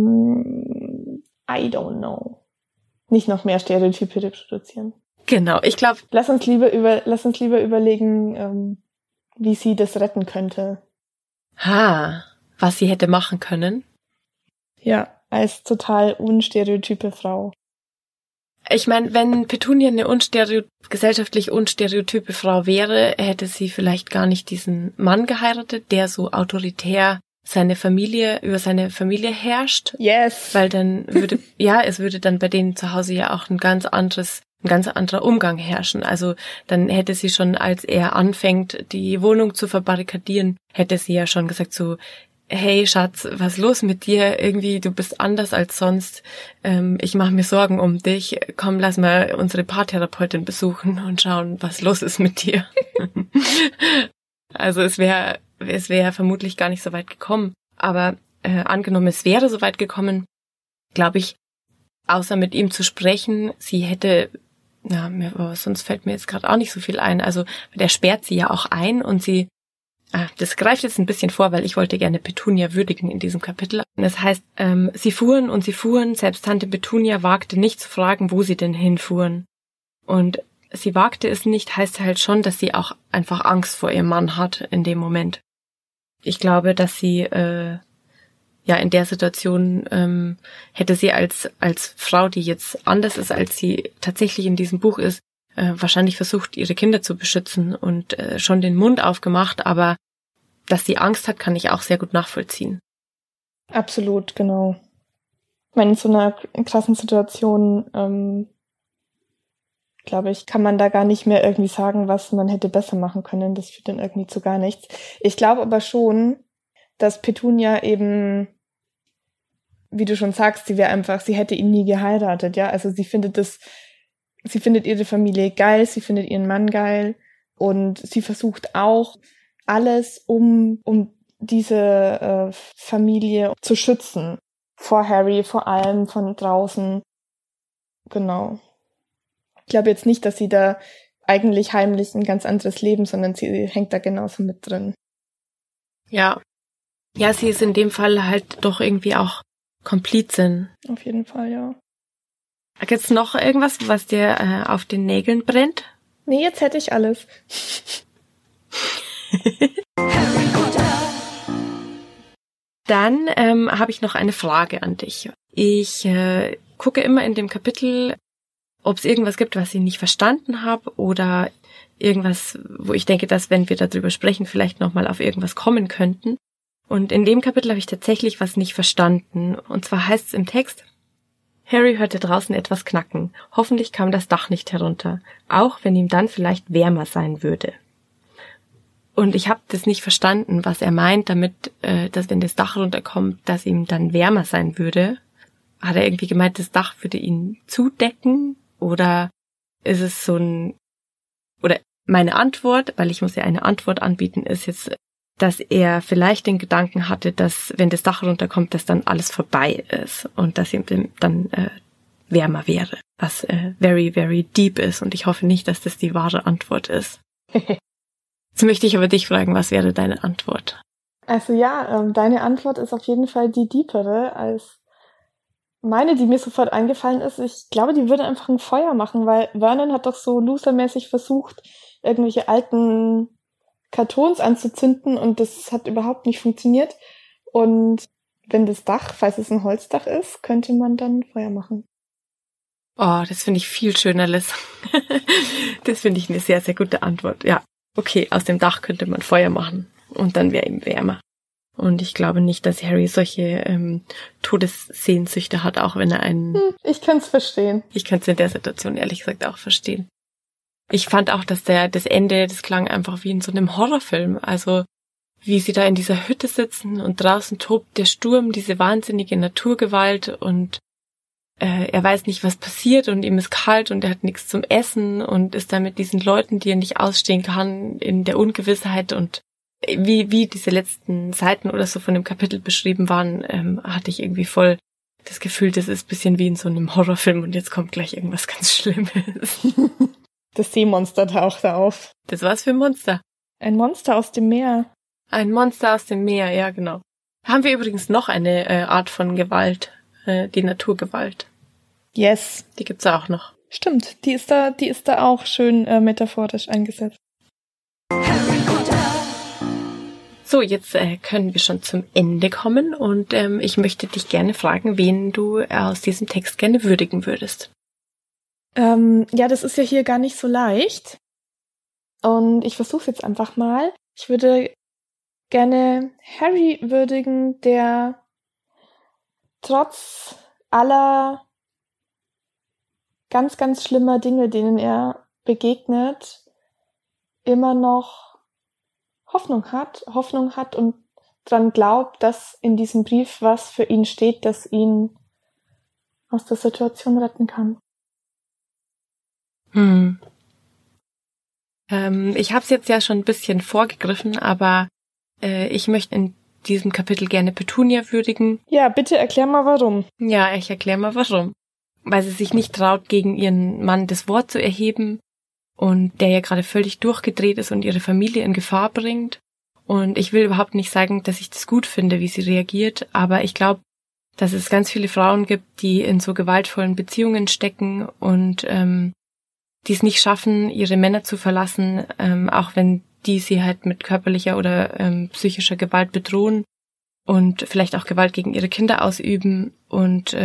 don't know. Nicht noch mehr Stereotype reproduzieren. Genau, ich glaube. Lass uns lieber überlegen, wie sie das retten könnte. Was sie hätte machen können? Ja, als total unstereotype Frau. Ich meine, wenn Petunia eine gesellschaftlich unstereotype Frau wäre, hätte sie vielleicht gar nicht diesen Mann geheiratet, der so autoritär über seine Familie herrscht. Yes. Weil dann es würde dann bei denen zu Hause ja auch ein ganz anderer Umgang herrschen. Also dann hätte sie schon, als er anfängt, die Wohnung zu verbarrikadieren, hätte sie ja schon gesagt so, hey Schatz, was ist los mit dir? Irgendwie, du bist anders als sonst. Ich mache mir Sorgen um dich. Komm, lass mal unsere Paartherapeutin besuchen und schauen, was los ist mit dir. Also es wäre vermutlich gar nicht so weit gekommen. Aber angenommen, es wäre so weit gekommen, glaube ich, außer mit ihm zu sprechen, sie hätte, sonst fällt mir jetzt gerade auch nicht so viel ein. Also der sperrt sie ja auch ein und sie, das greift jetzt ein bisschen vor, weil ich wollte gerne Petunia würdigen in diesem Kapitel. Das heißt, sie fuhren, selbst Tante Petunia wagte nicht zu fragen, wo sie denn hinfuhren. Und sie wagte es nicht, heißt halt schon, dass sie auch einfach Angst vor ihrem Mann hat in dem Moment. Ich glaube, dass sie in der Situation hätte sie als Frau, die jetzt anders ist, als sie tatsächlich in diesem Buch ist, wahrscheinlich versucht, ihre Kinder zu beschützen und schon den Mund aufgemacht, aber dass sie Angst hat, kann ich auch sehr gut nachvollziehen. Absolut, genau. Ich meine, in so einer krassen Situation, glaube ich, kann man da gar nicht mehr irgendwie sagen, was man hätte besser machen können. Das führt dann irgendwie zu gar nichts. Ich glaube aber schon, dass Petunia eben, wie du schon sagst, sie hätte ihn nie geheiratet, ja. Also sie findet ihre Familie geil, sie findet ihren Mann geil und sie versucht auch alles, um diese Familie zu schützen vor Harry, vor allem von draußen. Genau. Ich glaube jetzt nicht, dass sie da eigentlich heimlich ein ganz anderes Leben, sondern sie hängt da genauso mit drin. Ja. Ja, sie ist in dem Fall halt doch irgendwie auch Komplizin. Auf jeden Fall, ja. Gibt's noch irgendwas, was dir auf den Nägeln brennt? Nee, jetzt hätte ich alles. Dann habe ich noch eine Frage an dich. Ich gucke immer in dem Kapitel, ob es irgendwas gibt, was ich nicht verstanden habe oder irgendwas, wo ich denke, dass, wenn wir darüber sprechen, vielleicht nochmal auf irgendwas kommen könnten. Und in dem Kapitel habe ich tatsächlich was nicht verstanden. Und zwar heißt es im Text: Harry hörte draußen etwas knacken. Hoffentlich kam das Dach nicht herunter, auch wenn ihm dann vielleicht wärmer sein würde. Und ich habe das nicht verstanden, was er meint damit, dass wenn das Dach runterkommt, dass ihm dann wärmer sein würde. Hat er irgendwie gemeint, das Dach würde ihn zudecken? Oder ist es so ein... Oder meine Antwort, weil ich muss ja eine Antwort anbieten, ist jetzt, dass er vielleicht den Gedanken hatte, dass wenn das Dach runterkommt, dass dann alles vorbei ist und dass ihm dann wärmer wäre. Was very, very deep ist. Und ich hoffe nicht, dass das die wahre Antwort ist. Jetzt möchte ich aber dich fragen, was wäre deine Antwort? Also ja, deine Antwort ist auf jeden Fall die deepere als meine, die mir sofort eingefallen ist. Ich glaube, die würde einfach ein Feuer machen, weil Vernon hat doch so losermäßig versucht, irgendwelche alten Kartons anzuzünden und das hat überhaupt nicht funktioniert. Und wenn das Dach, falls es ein Holzdach ist, könnte man dann Feuer machen. Oh, das finde ich viel schöner, Liz. Das finde ich eine sehr, sehr gute Antwort. Ja, okay, aus dem Dach könnte man Feuer machen und dann wäre ihm wärmer. Und ich glaube nicht, dass Harry solche Todessehnsüchte hat, auch wenn er einen... Ich kann es verstehen. Ich kann es in der Situation ehrlich gesagt auch verstehen. Ich fand auch, dass das Ende, das klang einfach wie in so einem Horrorfilm. Also wie sie da in dieser Hütte sitzen und draußen tobt der Sturm, diese wahnsinnige Naturgewalt und er weiß nicht, was passiert und ihm ist kalt und er hat nichts zum Essen und ist da mit diesen Leuten, die er nicht ausstehen kann, in der Ungewissheit. Und wie diese letzten Seiten oder so von dem Kapitel beschrieben waren, hatte ich irgendwie voll das Gefühl, das ist ein bisschen wie in so einem Horrorfilm und jetzt kommt gleich irgendwas ganz Schlimmes. Das Seemonster taucht auf. Das war's für ein Monster? Ein Monster aus dem Meer. Ein Monster aus dem Meer, ja genau. Haben wir übrigens noch eine Art von Gewalt, die Naturgewalt. Yes. Die gibt's auch noch. Stimmt, die ist da auch schön metaphorisch eingesetzt. So, jetzt können wir schon zum Ende kommen und ich möchte dich gerne fragen, wen du aus diesem Text gerne würdigen würdest. Ja, das ist ja hier gar nicht so leicht. Und ich versuche es jetzt einfach mal. Ich würde gerne Harry würdigen, der trotz aller ganz, ganz schlimmer Dinge, denen er begegnet, immer noch Hoffnung hat und dran glaubt, dass in diesem Brief was für ihn steht, das ihn aus der Situation retten kann. Ich habe es jetzt ja schon ein bisschen vorgegriffen, aber ich möchte in diesem Kapitel gerne Petunia würdigen. Ja, bitte erklär mal warum. Ja, ich erkläre mal warum. Weil sie sich nicht traut, gegen ihren Mann das Wort zu erheben und der ja gerade völlig durchgedreht ist und ihre Familie in Gefahr bringt. Und ich will überhaupt nicht sagen, dass ich das gut finde, wie sie reagiert, aber ich glaube, dass es ganz viele Frauen gibt, die in so gewaltvollen Beziehungen stecken und die es nicht schaffen, ihre Männer zu verlassen, auch wenn die sie halt mit körperlicher oder psychischer Gewalt bedrohen und vielleicht auch Gewalt gegen ihre Kinder ausüben. Und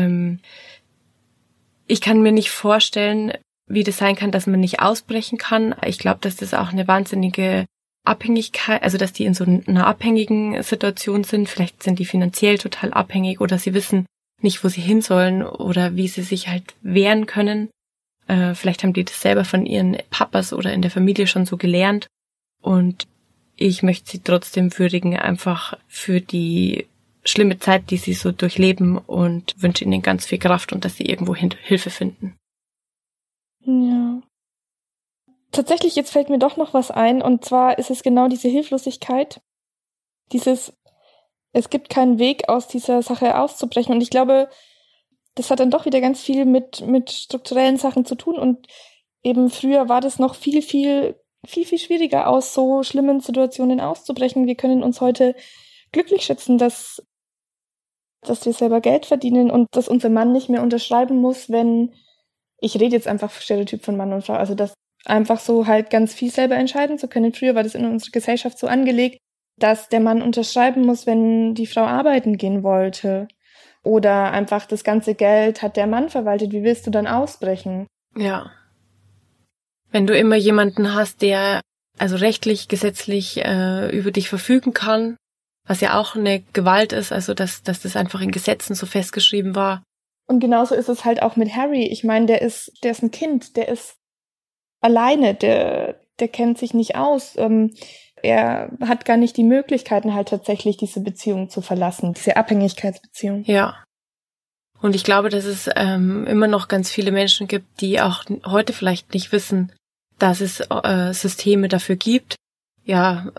ich kann mir nicht vorstellen, wie das sein kann, dass man nicht ausbrechen kann. Ich glaube, dass das auch eine wahnsinnige Abhängigkeit, also dass die in so einer abhängigen Situation sind. Vielleicht sind die finanziell total abhängig oder sie wissen nicht, wo sie hin sollen oder wie sie sich halt wehren können. Vielleicht haben die das selber von ihren Papas oder in der Familie schon so gelernt. Und ich möchte sie trotzdem würdigen, einfach für die schlimme Zeit, die sie so durchleben und wünsche ihnen ganz viel Kraft und dass sie irgendwo Hilfe finden. Ja. Tatsächlich, jetzt fällt mir doch noch was ein, und zwar ist es genau diese Hilflosigkeit, dieses, es gibt keinen Weg, aus dieser Sache auszubrechen. Und ich glaube, das hat dann doch wieder ganz viel mit strukturellen Sachen zu tun. Und eben früher war das noch viel schwieriger, aus so schlimmen Situationen auszubrechen. Wir können uns heute glücklich schätzen, dass wir selber Geld verdienen und dass unser Mann nicht mehr unterschreiben muss, wenn, ich rede jetzt einfach Stereotyp von Mann und Frau, also dass einfach so halt ganz viel selber entscheiden zu können. Früher war das in unserer Gesellschaft so angelegt, dass der Mann unterschreiben muss, wenn die Frau arbeiten gehen wollte. Oder einfach das ganze Geld hat der Mann verwaltet. Wie willst du dann ausbrechen? Ja. Wenn du immer jemanden hast, der also rechtlich, gesetzlich über dich verfügen kann, was ja auch eine Gewalt ist, also dass das einfach in Gesetzen so festgeschrieben war. Und genauso ist es halt auch mit Harry. Ich meine, der ist ein Kind, der ist alleine, der kennt sich nicht aus. Er hat gar nicht die Möglichkeiten, halt tatsächlich diese Beziehung zu verlassen, diese Abhängigkeitsbeziehung. Ja. Und ich glaube, dass es immer noch ganz viele Menschen gibt, die auch heute vielleicht nicht wissen, dass es Systeme dafür gibt. Ja,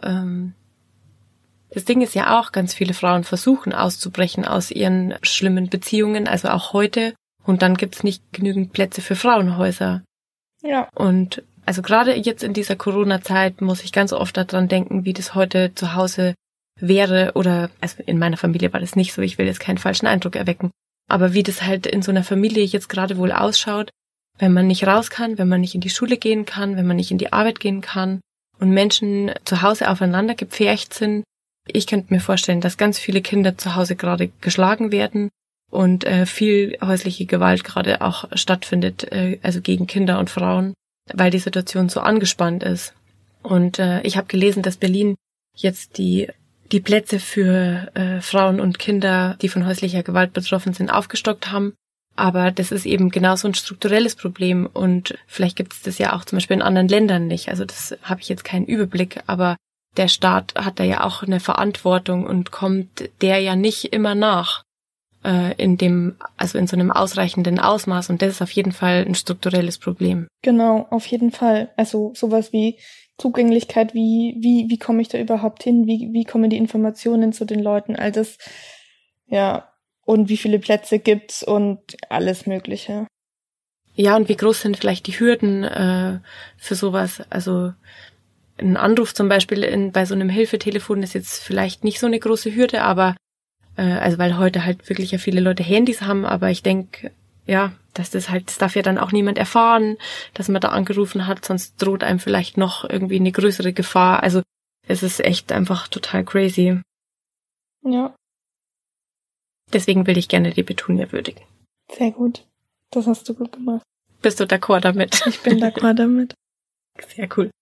das Ding ist ja auch, ganz viele Frauen versuchen auszubrechen aus ihren schlimmen Beziehungen, also auch heute. Und dann gibt's nicht genügend Plätze für Frauenhäuser. Ja. Und also gerade jetzt in dieser Corona-Zeit muss ich ganz oft daran denken, wie das heute zu Hause wäre oder, also in meiner Familie war das nicht so, ich will jetzt keinen falschen Eindruck erwecken, aber wie das halt in so einer Familie jetzt gerade wohl ausschaut, wenn man nicht raus kann, wenn man nicht in die Schule gehen kann, wenn man nicht in die Arbeit gehen kann und Menschen zu Hause aufeinander gepfercht sind. Ich könnte mir vorstellen, dass ganz viele Kinder zu Hause gerade geschlagen werden und viel häusliche Gewalt gerade auch stattfindet, also gegen Kinder und Frauen, weil die Situation so angespannt ist. Und ich habe gelesen, dass Berlin jetzt die Plätze für Frauen und Kinder, die von häuslicher Gewalt betroffen sind, aufgestockt haben. Aber das ist eben genauso ein strukturelles Problem und vielleicht gibt es das ja auch zum Beispiel in anderen Ländern nicht. Also das habe ich jetzt keinen Überblick, aber der Staat hat da ja auch eine Verantwortung und kommt der ja nicht immer nach in so einem ausreichenden Ausmaß und das ist auf jeden Fall ein strukturelles Problem. Genau, auf jeden Fall. Also sowas wie Zugänglichkeit, wie komme ich da überhaupt hin? Wie kommen die Informationen zu den Leuten? All das, ja, und wie viele Plätze gibt's und alles Mögliche. Ja, und wie groß sind vielleicht die Hürden für sowas? Also ein Anruf zum Beispiel bei so einem Hilfetelefon ist jetzt vielleicht nicht so eine große Hürde, aber also weil heute halt wirklich ja viele Leute Handys haben, aber ich denke, ja, das darf ja dann auch niemand erfahren, dass man da angerufen hat, sonst droht einem vielleicht noch irgendwie eine größere Gefahr. Also es ist echt einfach total crazy. Ja. Deswegen will ich gerne die Petunia würdigen. Sehr gut. Das hast du gut gemacht. Bist du d'accord damit? Ich bin d'accord damit. Sehr cool.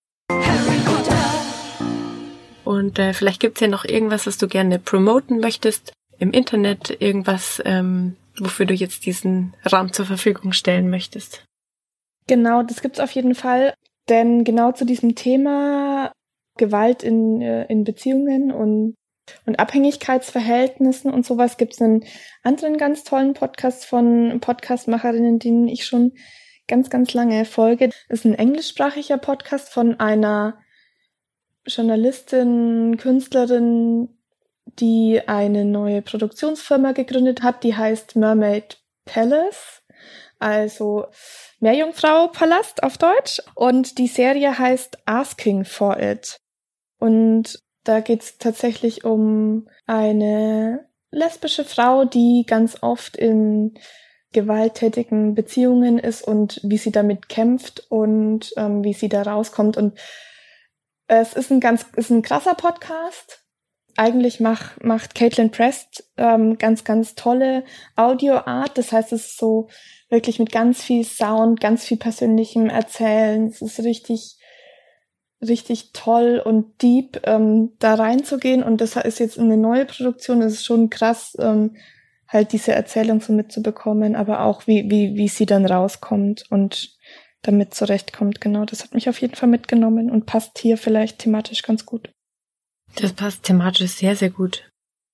Und vielleicht gibt's ja noch irgendwas, was du gerne promoten möchtest im Internet, irgendwas, wofür du jetzt diesen Raum zur Verfügung stellen möchtest. Genau, das gibt's auf jeden Fall, denn genau zu diesem Thema Gewalt in Beziehungen und Abhängigkeitsverhältnissen und sowas gibt's einen anderen ganz tollen Podcast von Podcastmacherinnen, denen ich schon ganz, ganz lange folge. Das ist ein englischsprachiger Podcast von einer Journalistin, Künstlerin, die eine neue Produktionsfirma gegründet hat, die heißt Mermaid Palace, also Meerjungfrau-Palast auf Deutsch. Und die Serie heißt Asking for It. Und da geht's tatsächlich um eine lesbische Frau, die ganz oft in gewalttätigen Beziehungen ist und wie sie damit kämpft und wie sie da rauskommt. Und es ist ein krasser Podcast. Eigentlich macht Caitlin Prest ganz, ganz tolle Audioart. Das heißt, es ist so wirklich mit ganz viel Sound, ganz viel persönlichem Erzählen. Es ist richtig, richtig toll und deep, da reinzugehen. Und das ist jetzt eine neue Produktion. Es ist schon krass, halt diese Erzählung so mitzubekommen, aber auch wie sie dann rauskommt und damit zurechtkommt. Genau, das hat mich auf jeden Fall mitgenommen und passt hier vielleicht thematisch ganz gut. Das passt thematisch sehr, sehr gut.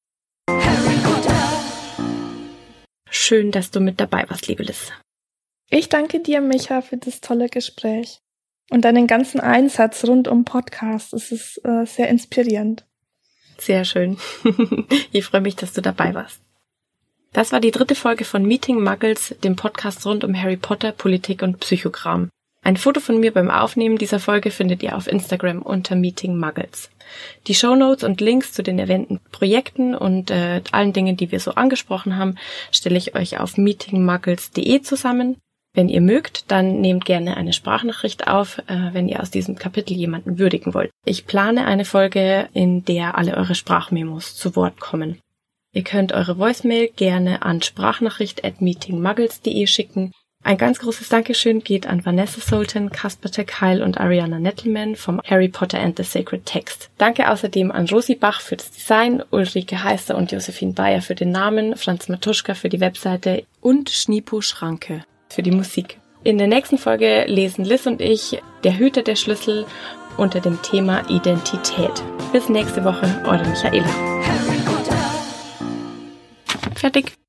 Schön, dass du mit dabei warst, liebe Liz. Ich danke dir, Micha, für das tolle Gespräch und deinen ganzen Einsatz rund um Podcast. Es ist sehr inspirierend. Sehr schön. Ich freue mich, dass du dabei warst. Das war die 3. Folge von Meeting Muggles, dem Podcast rund um Harry Potter, Politik und Psychokram. Ein Foto von mir beim Aufnehmen dieser Folge findet ihr auf Instagram unter Meeting Muggles. Die Shownotes und Links zu den erwähnten Projekten und allen Dingen, die wir so angesprochen haben, stelle ich euch auf meetingmuggles.de zusammen. Wenn ihr mögt, dann nehmt gerne eine Sprachnachricht auf, wenn ihr aus diesem Kapitel jemanden würdigen wollt. Ich plane eine Folge, in der alle eure Sprachmemos zu Wort kommen. Ihr könnt eure Voicemail gerne an sprachnachricht@meetingmuggles.de schicken. Ein ganz großes Dankeschön geht an Vanessa Sultan, Kasper Tekheil und Ariana Nettleman vom Harry Potter and the Sacred Text. Danke außerdem an Rosi Bach für das Design, Ulrike Heister und Josephine Bayer für den Namen, Franz Matuschka für die Webseite und Schnipo Schranke für die Musik. In der nächsten Folge lesen Liz und ich Der Hüter der Schlüssel unter dem Thema Identität. Bis nächste Woche, eure Michaela. Fertig.